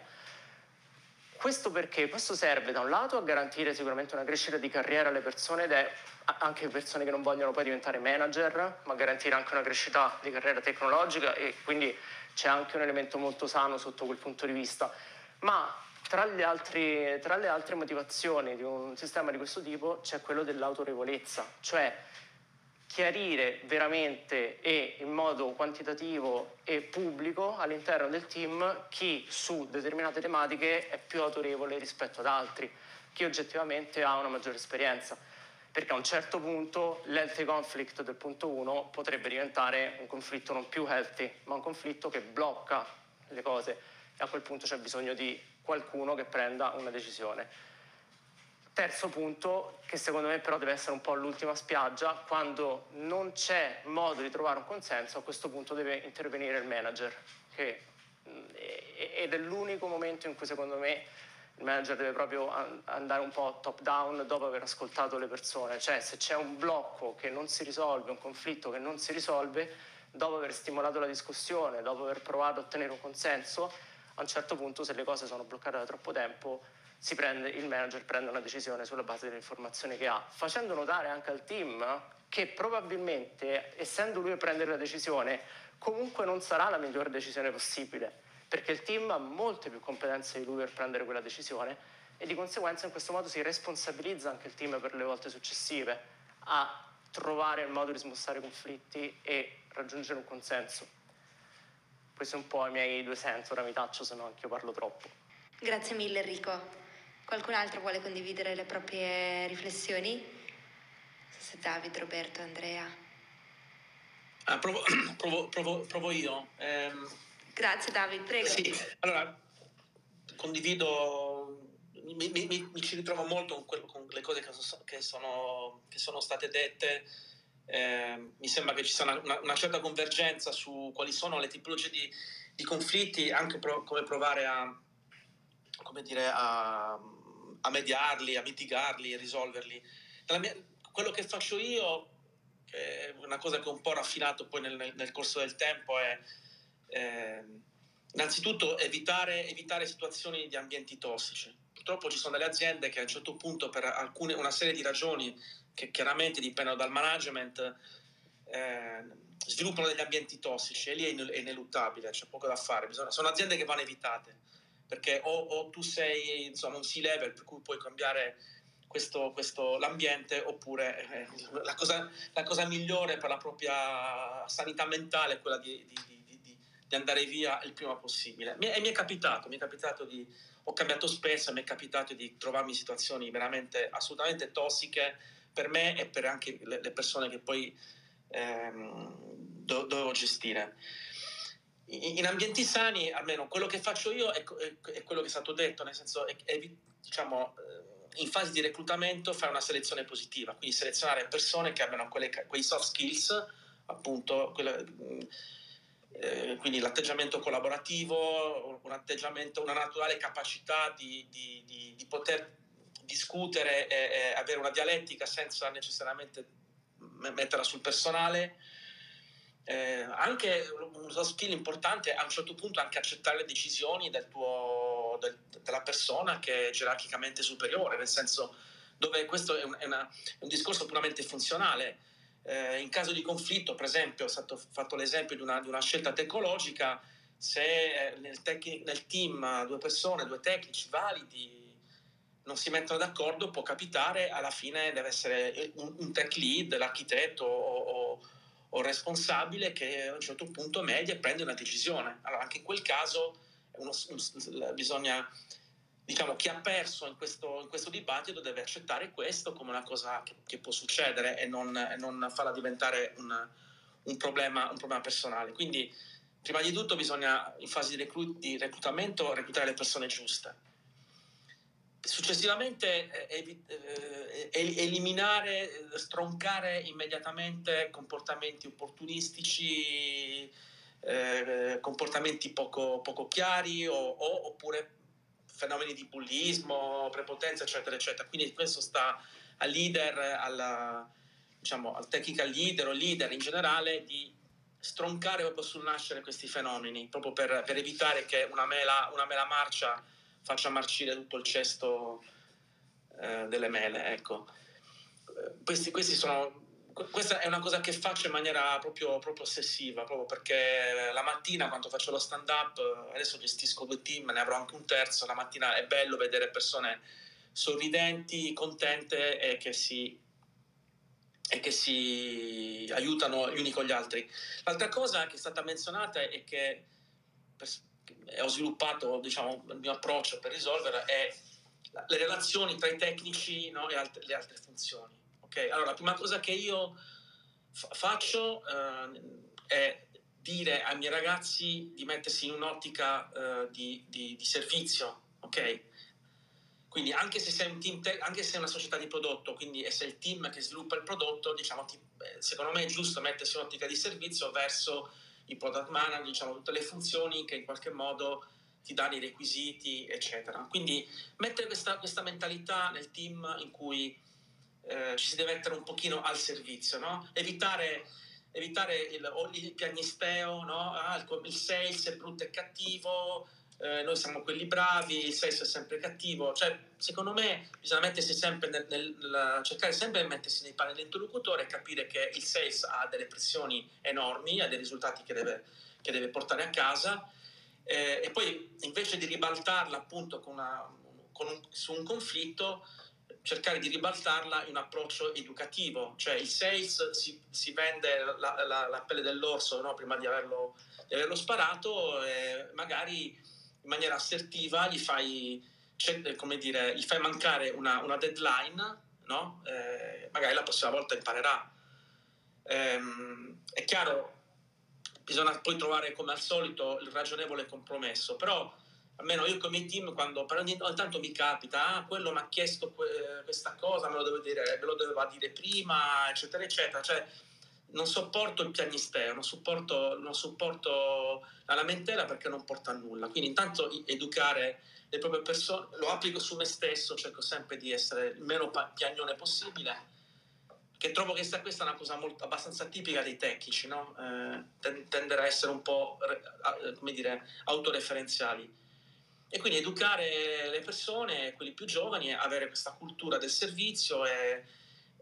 Questo perché? Questo serve da un lato a garantire sicuramente una crescita di carriera alle persone, ed è anche persone che non vogliono poi diventare manager, ma garantire anche una crescita di carriera tecnologica, e quindi c'è anche un elemento molto sano sotto quel punto di vista. Ma Tra, gli altri, tra le altre motivazioni di un sistema di questo tipo c'è quello dell'autorevolezza, cioè chiarire veramente e in modo quantitativo e pubblico all'interno del team chi su determinate tematiche è più autorevole rispetto ad altri, chi oggettivamente ha una maggiore esperienza, perché a un certo punto l'healthy conflict del punto uno potrebbe diventare un conflitto non più healthy, ma un conflitto che blocca le cose, e a quel punto c'è bisogno di qualcuno che prenda una decisione. Terzo punto, che secondo me però deve essere un po' l'ultima spiaggia, quando non c'è modo di trovare un consenso, a questo punto deve intervenire il manager, che, ed è l'unico momento in cui secondo me il manager deve proprio andare un po' top down dopo aver ascoltato le persone, cioè se c'è un blocco che non si risolve, un conflitto che non si risolve, dopo aver stimolato la discussione, dopo aver provato a ottenere un consenso, a un certo punto, se le cose sono bloccate da troppo tempo, si prende, il manager prende una decisione sulla base delle informazioni che ha, facendo notare anche al team che probabilmente, essendo lui a prendere la decisione, comunque non sarà la migliore decisione possibile, perché il team ha molte più competenze di lui per prendere quella decisione, e di conseguenza in questo modo si responsabilizza anche il team per le volte successive a trovare il modo di smussare i conflitti e raggiungere un consenso. Questi sono un po' i miei due centi, ora mi taccio, se no anche io parlo troppo. Grazie mille Enrico. Qualcun altro vuole condividere le proprie riflessioni? Se Davide, Roberto, Andrea. Ah, provo, provo, provo, provo io. Ehm, Grazie Davide, prego. Sì, allora, condivido, mi, mi, mi, mi ci ritrovo molto con, quello, con le cose che, so, che, sono, che sono state dette. Eh, mi sembra che ci sia una, una certa convergenza su quali sono le tipologie di, di conflitti, anche pro, come provare a, come dire, a, a mediarli, a mitigarli, a risolverli. Mia, quello che faccio io, che è una cosa che ho un po' raffinato poi nel, nel corso del tempo, è eh, innanzitutto evitare, evitare situazioni di ambienti tossici. Purtroppo ci sono delle aziende che a un certo punto, per alcune, una serie di ragioni, che chiaramente dipendono dal management, eh, sviluppano degli ambienti tossici, e lì è ineluttabile, c'è poco da fare. Bisogna, sono aziende che vanno evitate, perché o, o tu sei, insomma, un C-level per cui puoi cambiare questo, questo l'ambiente, oppure eh, la, cosa, la cosa migliore per la propria sanità mentale è quella di, di, di, di, di andare via il prima possibile. Mi, e mi è capitato, mi è capitato di, ho cambiato spesso, mi è capitato di trovarmi in situazioni veramente assolutamente tossiche per me e per anche le, le persone che poi ehm, do, dovevo gestire. In, in ambienti sani, almeno quello che faccio io è, è, è quello che è stato detto, nel senso è, è, diciamo, in fase di reclutamento fare una selezione positiva, quindi selezionare persone che abbiano quelle, quei soft skills, appunto, quelle, eh, quindi l'atteggiamento collaborativo, un atteggiamento, una naturale capacità di, di, di, di poter discutere e, e avere una dialettica senza necessariamente metterla sul personale. Eh, anche un soft skill importante a un certo punto anche accettare le decisioni del tuo, del, della persona che è gerarchicamente superiore, nel senso, dove questo è un, è una, è un discorso puramente funzionale. Eh, in caso di conflitto, per esempio, è stato fatto l'esempio di una, di una scelta tecnologica, se nel, tec- nel team due persone, due tecnici validi non si mettono d'accordo, può capitare, alla fine deve essere un, un tech lead, l'architetto o, o, o responsabile che a un certo punto media e prende una decisione. Allora anche in quel caso uno, un, bisogna, diciamo, chi ha perso in questo, in questo dibattito deve accettare questo come una cosa che, che può succedere e non, e non farla diventare un, un, problema, un problema personale. Quindi prima di tutto bisogna, in fase di, reclut- di reclutamento, reclutare le persone giuste. Successivamente eh, eh, eliminare, stroncare immediatamente comportamenti opportunistici, eh, comportamenti poco, poco chiari o, o, oppure fenomeni di bullismo, prepotenza, eccetera, eccetera. Quindi questo sta al leader, alla, diciamo, al technical leader o leader in generale di stroncare proprio sul nascere questi fenomeni, proprio per, per evitare che una mela, una mela marcia faccia marcire tutto il cesto eh, delle mele, ecco. Questi, questi sono, questa è una cosa che faccio in maniera proprio, proprio ossessiva, proprio perché la mattina quando faccio lo stand up, adesso gestisco due team, ne avrò anche un terzo, la mattina è bello vedere persone sorridenti, contente e che si e che si aiutano gli uni con gli altri. L'altra cosa che è stata menzionata e che ho sviluppato, diciamo, il mio approccio per risolvere è le relazioni tra i tecnici, no, e altre, le altre funzioni. Okay? Allora, la prima cosa che io f- faccio eh, è dire ai miei ragazzi di mettersi in un'ottica eh, di, di, di servizio, ok? Quindi anche se sei un team te- anche se sei una società di prodotto, quindi e sei il team che sviluppa il prodotto, diciamo, ti, secondo me è giusto mettersi in un'ottica di servizio verso i product manager, diciamo, tutte le funzioni che in qualche modo ti danno i requisiti, eccetera. Quindi mettere questa, questa mentalità nel team in cui eh, ci si deve mettere un pochino al servizio, no? Evitare, evitare il, il piagnisteo, no? Ah, il, il sales è brutto e cattivo, eh, noi siamo quelli bravi, il sales è sempre cattivo. Cioè, secondo me bisogna mettersi sempre nel, nel, nel cercare sempre di mettersi nei panni dell'interlocutore e capire che il sales ha delle pressioni enormi, ha dei risultati che deve, che deve portare a casa, eh, e poi invece di ribaltarla appunto con una, con un, su un conflitto, cercare di ribaltarla in un approccio educativo, cioè il sales si, si vende la, la, la pelle dell'orso, no? Prima di averlo, di averlo sparato, e magari in maniera assertiva gli fai, come dire, gli fai mancare una, una deadline, no? Eh, magari la prossima volta imparerà. Ehm, è chiaro, bisogna poi trovare come al solito il ragionevole compromesso, però almeno io con i miei team, quando ogni tanto mi capita, ah, quello mi ha chiesto que- questa cosa, me lo, devo dire, me lo doveva dire prima, eccetera, eccetera. Cioè, non sopporto il piagnisteo, non sopporto, non sopporto la lamentela perché non porta a nulla. Quindi intanto educare le proprie persone, lo applico su me stesso, cerco sempre di essere il meno piagnone possibile, che trovo che questa, questa è una cosa molto, abbastanza tipica dei tecnici, no? Eh, tendere a essere un po', come dire, autoreferenziali. E quindi educare le persone, quelli più giovani, a avere questa cultura del servizio e,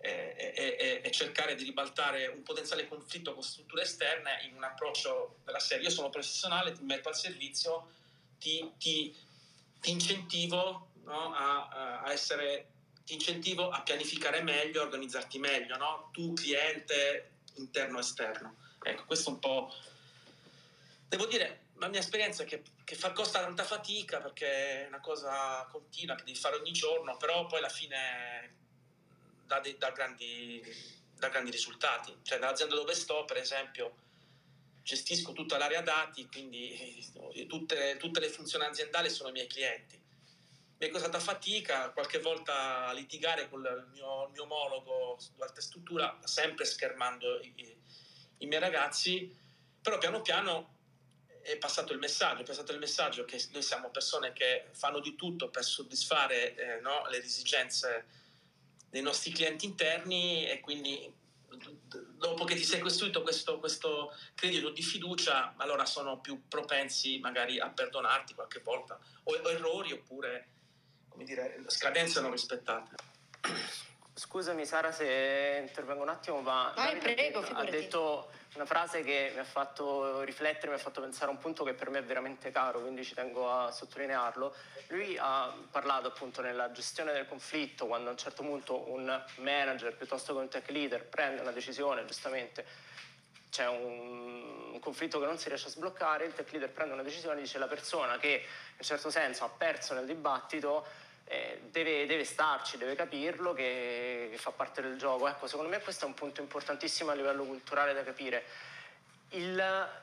e, e, e cercare di ribaltare un potenziale conflitto con strutture esterne in un approccio della serie: io sono professionale, ti metto al servizio, ti, ti, ti incentivo, no, a, a essere ti incentivo a pianificare meglio, a organizzarti meglio, no? Tu cliente interno e esterno. Ecco, questo un po', devo dire, la mia esperienza è che, che fa, costa tanta fatica, perché è una cosa continua che devi fare ogni giorno, però poi alla fine dà, dei, dà, grandi, dà grandi risultati. Cioè, nell'azienda dove sto, per esempio, gestisco tutta l'area dati, quindi tutte, tutte le funzioni aziendali sono i miei clienti. Mi è costata fatica qualche volta a litigare con il mio, il mio omologo su alta struttura, sempre schermando i, i miei ragazzi, però piano piano è passato il messaggio, è passato il messaggio che noi siamo persone che fanno di tutto per soddisfare eh, no, le esigenze dei nostri clienti interni, e quindi dopo che ti sei costruito questo, questo credito di fiducia, allora sono più propensi magari a perdonarti qualche volta, o, o errori, oppure, come dire, scadenze non rispettate. Scusami Sara se intervengo un attimo, ma Vai, Davide prego, ha figurati. detto una frase che mi ha fatto riflettere, mi ha fatto pensare a un punto che per me è veramente caro, quindi ci tengo a sottolinearlo. Lui ha parlato appunto nella gestione del conflitto, quando a un certo punto un manager piuttosto che un tech leader prende una decisione, giustamente c'è un, un conflitto che non si riesce a sbloccare, il tech leader prende una decisione, dice la persona che in un certo senso ha perso nel dibattito eh, deve, deve starci, deve capirlo, che, che fa parte del gioco. Ecco, secondo me questo è un punto importantissimo a livello culturale da capire. Il,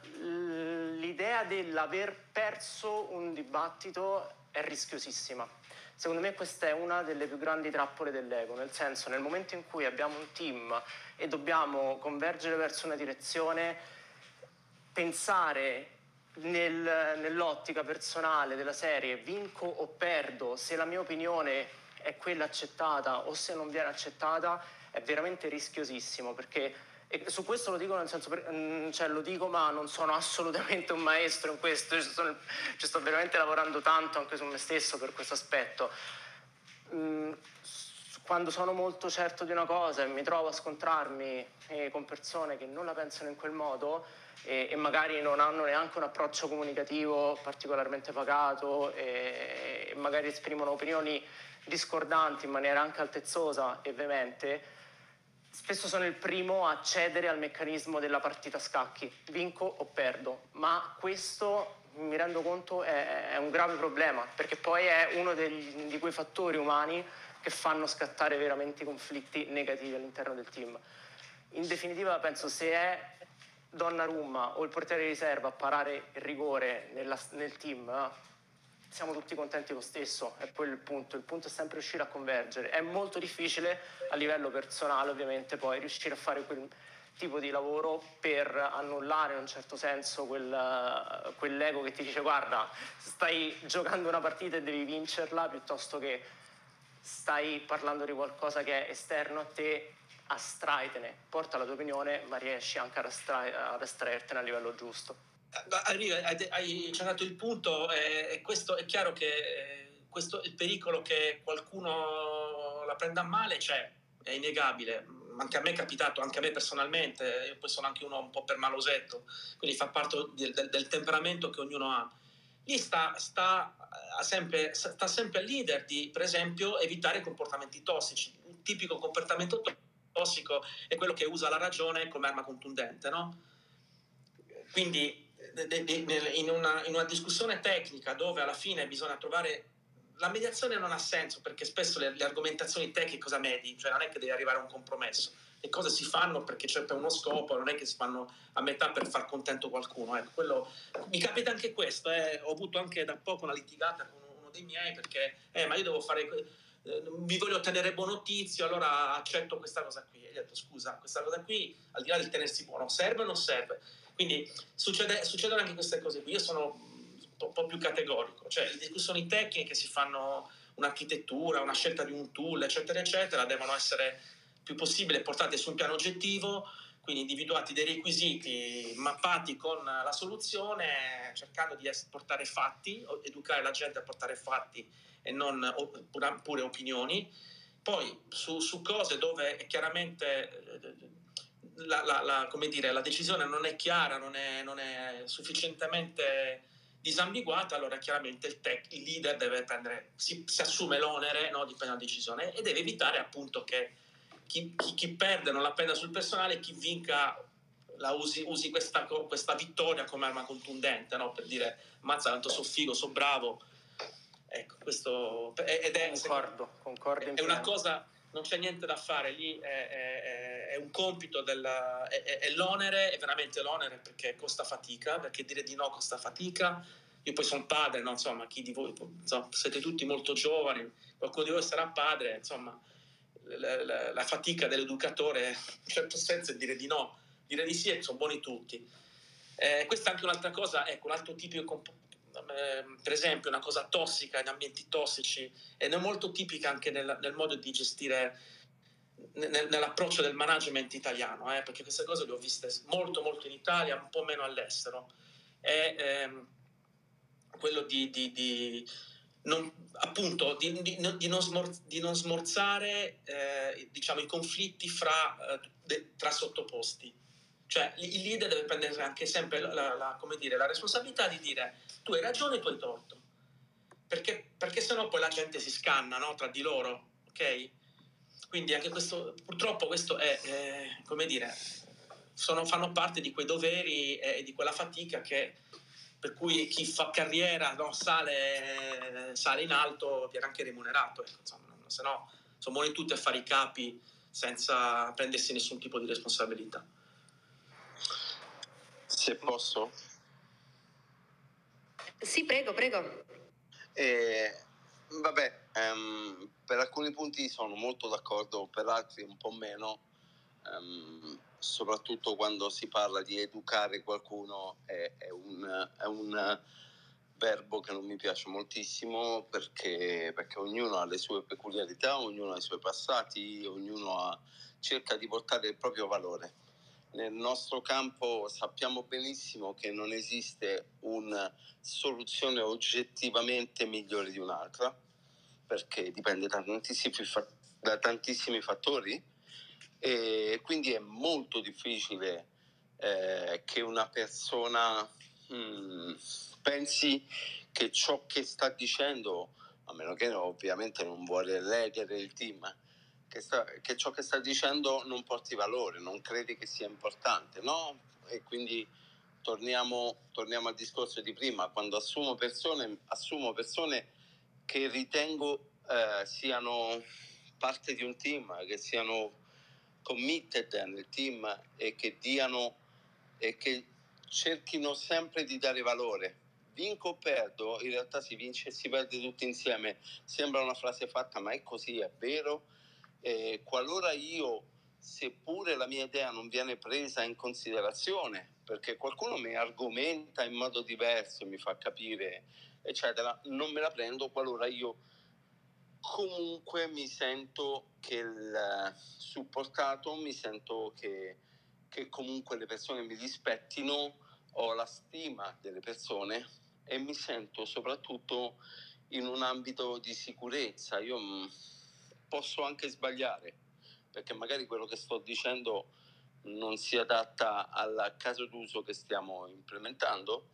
l'idea dell'aver perso un dibattito è rischiosissima. Secondo me questa è una delle più grandi trappole dell'ego, nel senso, nel momento in cui abbiamo un team e dobbiamo convergere verso una direzione, pensare nel, nell'ottica personale della serie vinco o perdo, se la mia opinione è quella accettata o se non viene accettata, è veramente rischiosissimo, perché e su questo lo dico nel senso, cioè lo dico ma non sono assolutamente un maestro in questo, ci sto, ci sto veramente lavorando tanto anche su me stesso per questo aspetto. Mm, quando sono molto certo di una cosa e mi trovo a scontrarmi eh, con persone che non la pensano in quel modo e, e magari non hanno neanche un approccio comunicativo particolarmente pagato e, e magari esprimono opinioni discordanti in maniera anche altezzosa e veemente, spesso sono il primo a cedere al meccanismo della partita a scacchi, vinco o perdo, ma questo mi rendo conto è, è un grave problema, perché poi è uno degli, di quei fattori umani che fanno scattare veramente conflitti negativi all'interno del team. In definitiva penso, se è Donnarumma o il portiere di riserva a parare il rigore nella, nel team, siamo tutti contenti lo stesso, è quello il punto. Il punto è sempre riuscire a convergere. È molto difficile a livello personale, ovviamente, poi riuscire a fare quel tipo di lavoro per annullare in un certo senso quel, quell'ego che ti dice guarda, stai giocando una partita e devi vincerla, piuttosto che stai parlando di qualcosa che è esterno a te, astraitene, porta la tua opinione, ma riesci anche ad, astra- ad astraertene a livello giusto. Hai centrato il punto, e questo è chiaro che questo, il pericolo che qualcuno la prenda a male c'è, è innegabile. Anche a me è capitato, anche a me personalmente, io poi sono anche uno un po' permalosetto, quindi fa parte del, del, del temperamento che ognuno ha. Lì sta, sta, sempre, sta sempre al leader di, per esempio, evitare comportamenti tossici. Un tipico comportamento tossico è quello che usa la ragione come arma contundente, no? Quindi in una, in una discussione tecnica dove alla fine bisogna trovare la mediazione, non ha senso, perché spesso le, le argomentazioni tecniche cosa medi, cioè non è che devi arrivare a un compromesso, le cose si fanno perché c'è per uno scopo, non è che si fanno a metà per far contento qualcuno. Ecco, quello, mi capita anche questo, eh. Ho avuto anche da poco una litigata con uno dei miei perché eh, ma io devo fare eh, vi voglio ottenere buon notizio, allora accetto questa cosa qui. E gli ho detto scusa, questa cosa qui al di là del tenersi buono serve o non serve? Quindi succede, succedono anche queste cose qui. Io sono un po', un po' più categorico, cioè le discussioni tecniche si fanno, un'architettura, una scelta di un tool, eccetera, eccetera, devono essere più possibile portate su un piano oggettivo, quindi individuati dei requisiti mappati con la soluzione, cercando di portare fatti, educare la gente a portare fatti e non pure opinioni. Poi su, su cose dove è chiaramente la, la, la, come dire, la decisione non è chiara, non è, non è sufficientemente disambiguata, allora chiaramente il, tech, il leader deve prendere, si, si assume l'onere, no, di prendere una decisione e deve evitare appunto che chi, chi, chi perde non la prenda sul personale e chi vinca la usi, usi questa, questa vittoria come arma contundente, no? Per dire mazza tanto so figo, so bravo. Ecco, questo ed è, concordo, concordo è una cosa, non c'è niente da fare lì, è, è, è un compito della, è, è l'onere, è veramente l'onere, perché costa fatica, perché dire di no costa fatica. Io poi sono padre, no? Insomma, chi di voi, insomma, siete tutti molto giovani, qualcuno di voi sarà padre, insomma, la, la, la fatica dell'educatore in un certo senso è dire di no, dire di sì, e sono buoni tutti. Eh, questa è anche un'altra cosa, ecco, un altro tipico, eh, per esempio, una cosa tossica in ambienti tossici, ed è molto tipica anche nel, nel modo di gestire, nel, nell'approccio del management italiano, eh, perché queste cose le ho viste molto molto in Italia, un po' meno all'estero, è ehm, quello di, di, di non, appunto di, di, di, non, smor, di non smorzare eh, diciamo i conflitti fra, eh, de, tra sottoposti. Cioè il leader deve prendere anche sempre la, la, la, come dire, la responsabilità di dire tu hai ragione, tu hai torto, perché, perché sennò poi la gente si scanna, no, tra di loro, ok? Quindi anche questo, purtroppo questo è, eh, come dire, sono, fanno parte di quei doveri e di quella fatica che, per cui chi fa carriera, no, sale, sale in alto, viene anche remunerato, ecco, insomma, se no sono buoni tutti a fare i capi senza prendersi nessun tipo di responsabilità. Se posso? Sì, prego, prego. Eh, vabbè, um, per alcuni punti sono molto d'accordo, per altri un po' meno, um, soprattutto quando si parla di educare qualcuno è, è, un, è un verbo che non mi piace moltissimo, perché, perché ognuno ha le sue peculiarità, ognuno ha i suoi passati, ognuno ha, cerca di portare il proprio valore. Nel nostro campo sappiamo benissimo che non esiste una soluzione oggettivamente migliore di un'altra, perché dipende da tantissimi, da tantissimi fattori, e quindi è molto difficile eh, che una persona mh, pensi che ciò che sta dicendo, a meno che ovviamente non vuole ledere il team, Che, sta, che ciò che sta dicendo non porti valore, non credi che sia importante, no? E quindi torniamo, torniamo al discorso di prima, quando assumo persone, assumo persone che ritengo eh, siano parte di un team, che siano committed nel team e che diano e che cerchino sempre di dare valore. Vinco o perdo, in realtà si vince e si perde tutti insieme. Sembra una frase fatta, ma è così, è vero. Eh, qualora io, seppure la mia idea non viene presa in considerazione, perché qualcuno mi argomenta in modo diverso, mi fa capire, eccetera, non me la prendo qualora io comunque mi sento che il supportato, mi sento che, che comunque le persone mi rispettino, ho la stima delle persone e mi sento soprattutto in un ambito di sicurezza. Io mh, posso anche sbagliare, perché magari quello che sto dicendo non si adatta al caso d'uso che stiamo implementando.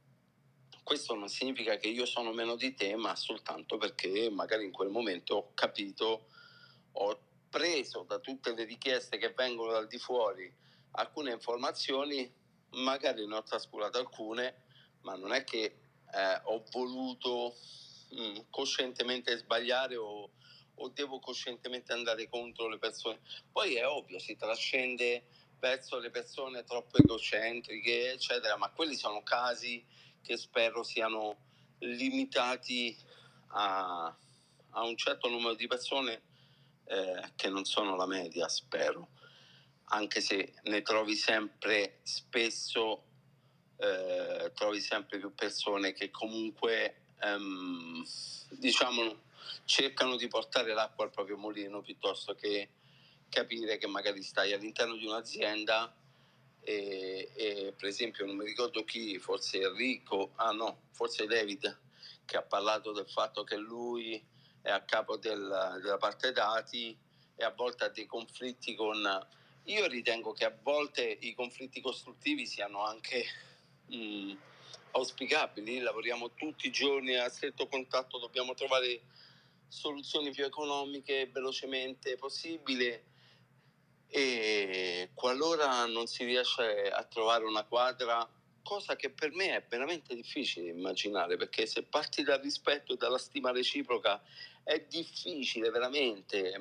Questo non significa che io sono meno di te, ma soltanto perché magari in quel momento ho capito, ho preso da tutte le richieste che vengono dal di fuori alcune informazioni, magari ne ho trascurate alcune, ma non è che eh, ho voluto mh, coscientemente sbagliare o, o devo coscientemente andare contro le persone. Poi è ovvio, si trascende verso le persone troppo egocentriche, eccetera, ma quelli sono casi che spero siano limitati a, a un certo numero di persone eh, che non sono la media, spero, anche se ne trovi sempre spesso, eh, trovi sempre più persone che comunque ehm, diciamo cercano di portare l'acqua al proprio mulino piuttosto che capire che magari stai all'interno di un'azienda e, e per esempio non mi ricordo chi, forse Enrico, ah no, forse David, che ha parlato del fatto che lui è a capo del, della parte dati e a volte ha dei conflitti con... Io ritengo che a volte i conflitti costruttivi siano anche mh, auspicabili, lavoriamo tutti i giorni a stretto contatto, dobbiamo trovare soluzioni più economiche velocemente possibile e qualora non si riesce a trovare una quadra, cosa che per me è veramente difficile immaginare, perché se parti dal rispetto e dalla stima reciproca è difficile veramente.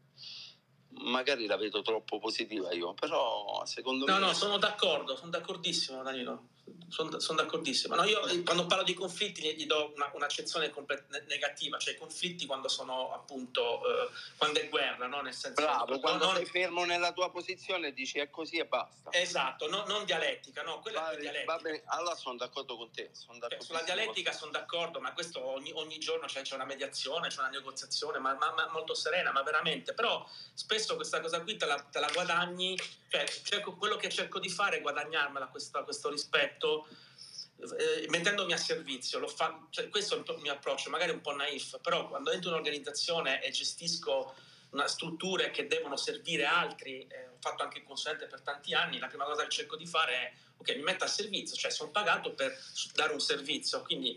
Magari la vedo troppo positiva io, però secondo no, me... No, no, sono d'accordo, sono d'accordissimo Danilo, sono, sono d'accordissimo. No, io quando parlo di conflitti gli do una, un'accezione complet- negativa, cioè i conflitti quando sono appunto, eh, quando è guerra, no? Nel senso... Bravo, quando non, sei fermo nella tua posizione dici è così e basta. Esatto, no, non dialettica, no, quella va, è dialettica. Va bene, allora sono d'accordo con te. Sono cioè, sulla dialettica sono d'accordo, ma questo ogni, ogni giorno c'è, c'è una mediazione, c'è una negoziazione, ma, ma, ma molto serena, ma veramente. Però spesso questa cosa qui te la, te la guadagni, cioè cerco, quello che cerco di fare è guadagnarmela questo, questo rispetto, eh, mettendomi a servizio. Lo fa, cioè, questo è il mio approccio, magari un po' naif, però quando entro in un'organizzazione e gestisco una strutture che devono servire altri, eh, ho fatto anche il consulente per tanti anni, la prima cosa che cerco di fare è ok, mi metto a servizio, cioè sono pagato per dare un servizio, quindi,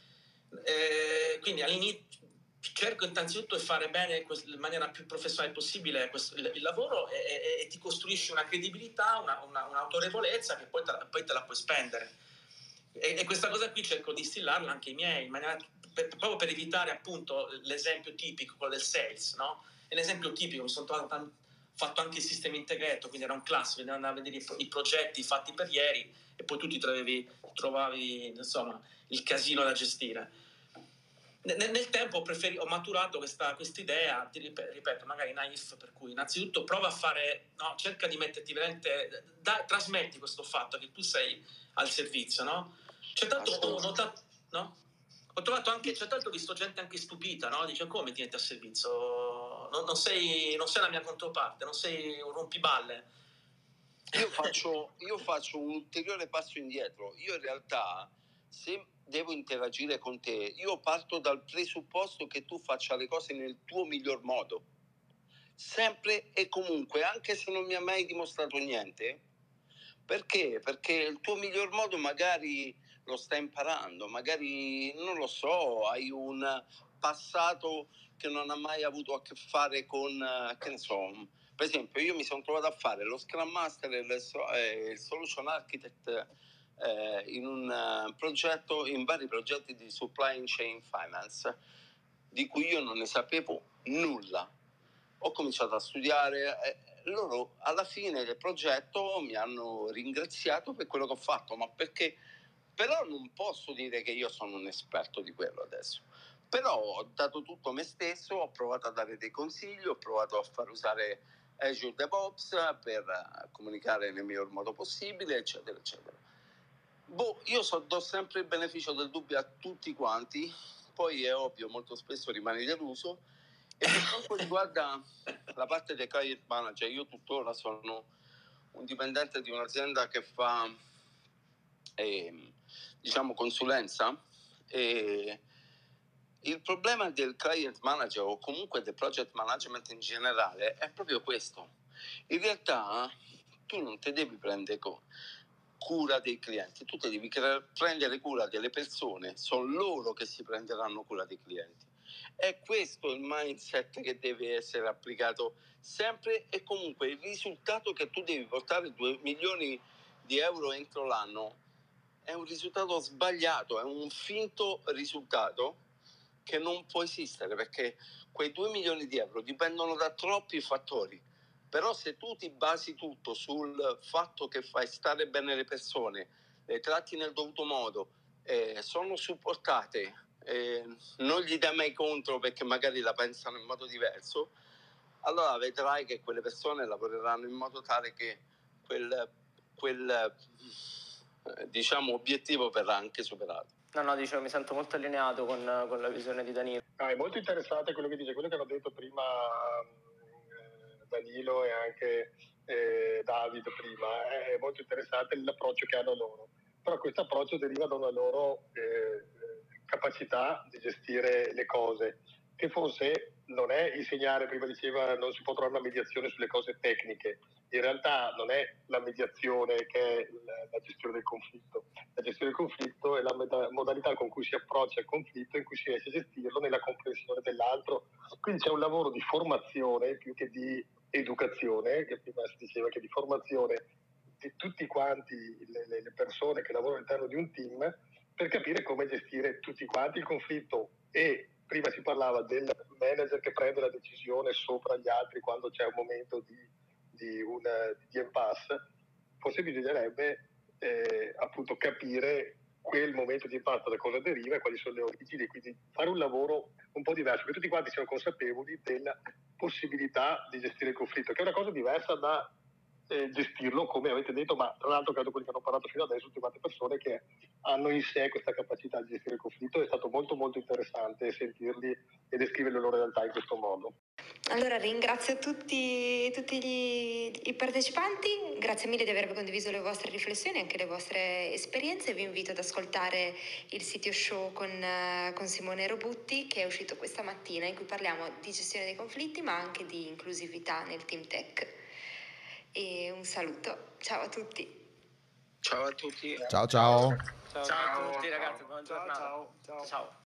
eh, quindi all'inizio cerco innanzitutto di fare bene in maniera più professionale possibile questo, il, il lavoro e, e, e ti costruisci una credibilità, una, una, un'autorevolezza che poi te, la, poi te la puoi spendere. E, e questa cosa qui cerco di instillarla anche ai miei, in maniera, per, proprio per evitare appunto l'esempio tipico, quello del sales, no? È l'esempio tipico, mi sono trovato tanto, fatto anche il sistema integrato, quindi era un classico, andare a vedere i, i progetti fatti per ieri e poi tu ti trovavi, trovavi insomma, il casino da gestire. Nel, nel tempo ho, preferi, ho maturato questa idea, ti ripeto, magari naif, per cui innanzitutto prova a fare, no, cerca di metterti veramente, da, trasmetti questo fatto che tu sei al servizio, no? C'è tanto, ho notato, no? Ho trovato anche, c'è tanto visto gente anche stupita, no? Dice come ti metti a servizio? Non, non, sei, non sei la mia controparte, non sei un rompiballe. Io faccio, io faccio un ulteriore passo indietro. Io in realtà, se devo interagire con te, io parto dal presupposto che tu faccia le cose nel tuo miglior modo. Sempre e comunque, anche se non mi ha mai dimostrato niente. Perché? Perché il tuo miglior modo magari lo stai imparando, magari, non lo so, hai un passato che non ha mai avuto a che fare con, che ne so, per esempio io mi sono trovato a fare lo Scrum Master e il Solution Architect eh, in un uh, progetto, in vari progetti di Supply Chain Finance, di cui io non ne sapevo nulla. Ho cominciato a studiare, eh, loro alla fine del progetto mi hanno ringraziato per quello che ho fatto, ma perché... Però non posso dire che io sono un esperto di quello adesso. Però ho dato tutto me stesso, ho provato a dare dei consigli, ho provato a far usare Azure DevOps per comunicare nel miglior modo possibile, eccetera, eccetera. Boh, io so, do sempre il beneficio del dubbio a tutti quanti, poi è ovvio, molto spesso rimani deluso. E per quanto riguarda la parte dei client manager, io tuttora sono un dipendente di un'azienda che fa eh, diciamo consulenza e il problema del client manager o comunque del project management in generale è proprio questo. In realtà tu non ti devi prendere cura dei clienti, tu ti devi prendere cura delle persone, sono loro che si prenderanno cura dei clienti. È questo il mindset che deve essere applicato sempre e comunque. Il risultato che tu devi portare due milioni di euro entro l'anno è un risultato sbagliato, è un finto risultato che non può esistere, perché quei due milioni di euro dipendono da troppi fattori. Però se tu ti basi tutto sul fatto che fai stare bene le persone, le tratti nel dovuto modo, eh, sono supportate, eh, non gli dai mai contro perché magari la pensano in modo diverso, allora vedrai che quelle persone lavoreranno in modo tale che quel, quel eh, diciamo obiettivo verrà anche superato. No, no, dicevo, mi sento molto allineato con, con la visione di Danilo. Ah, è molto interessante quello che dice, quello che hanno detto prima eh, Danilo e anche eh, Davide prima, è molto interessante l'approccio che hanno loro, però questo approccio deriva da una loro eh, capacità di gestire le cose, che forse non è insegnare, prima diceva non si può trovare una mediazione sulle cose tecniche, in realtà non è la mediazione che è la, la gestione del conflitto, la gestione del conflitto è la meda- modalità con cui si approccia il conflitto, in cui si riesce a gestirlo nella comprensione dell'altro, quindi c'è un lavoro di formazione più che di educazione, che prima si diceva che di formazione di tutti quanti le, le persone che lavorano all'interno di un team per capire come gestire tutti quanti il conflitto. E prima si parlava del manager che prende la decisione sopra gli altri quando c'è un momento di, di, una, di impasse, forse bisognerebbe eh, appunto capire quel momento di impasse da cosa deriva e quali sono le origini, quindi fare un lavoro un po' diverso, che tutti quanti siano consapevoli della possibilità di gestire il conflitto, che è una cosa diversa da eh, gestirlo, come avete detto, ma tra l'altro credo quelli che hanno parlato fino adesso, tutte quante persone che hanno in sé questa capacità di gestire il conflitto. È stato molto molto interessante sentirli e descrivere le loro realtà in questo modo. Allora ringrazio tutti, tutti gli, i partecipanti, grazie mille di aver condiviso le vostre riflessioni e anche le vostre esperienze. Vi invito ad ascoltare il C T O Show con, uh, con Simone Robutti, che è uscito questa mattina, in cui parliamo di gestione dei conflitti ma anche di inclusività nel team tech. E un saluto, ciao a tutti. Ciao a tutti. Ciao ciao. Ciao, ciao a tutti ragazzi, buona giornata. Ciao, ciao. Ciao.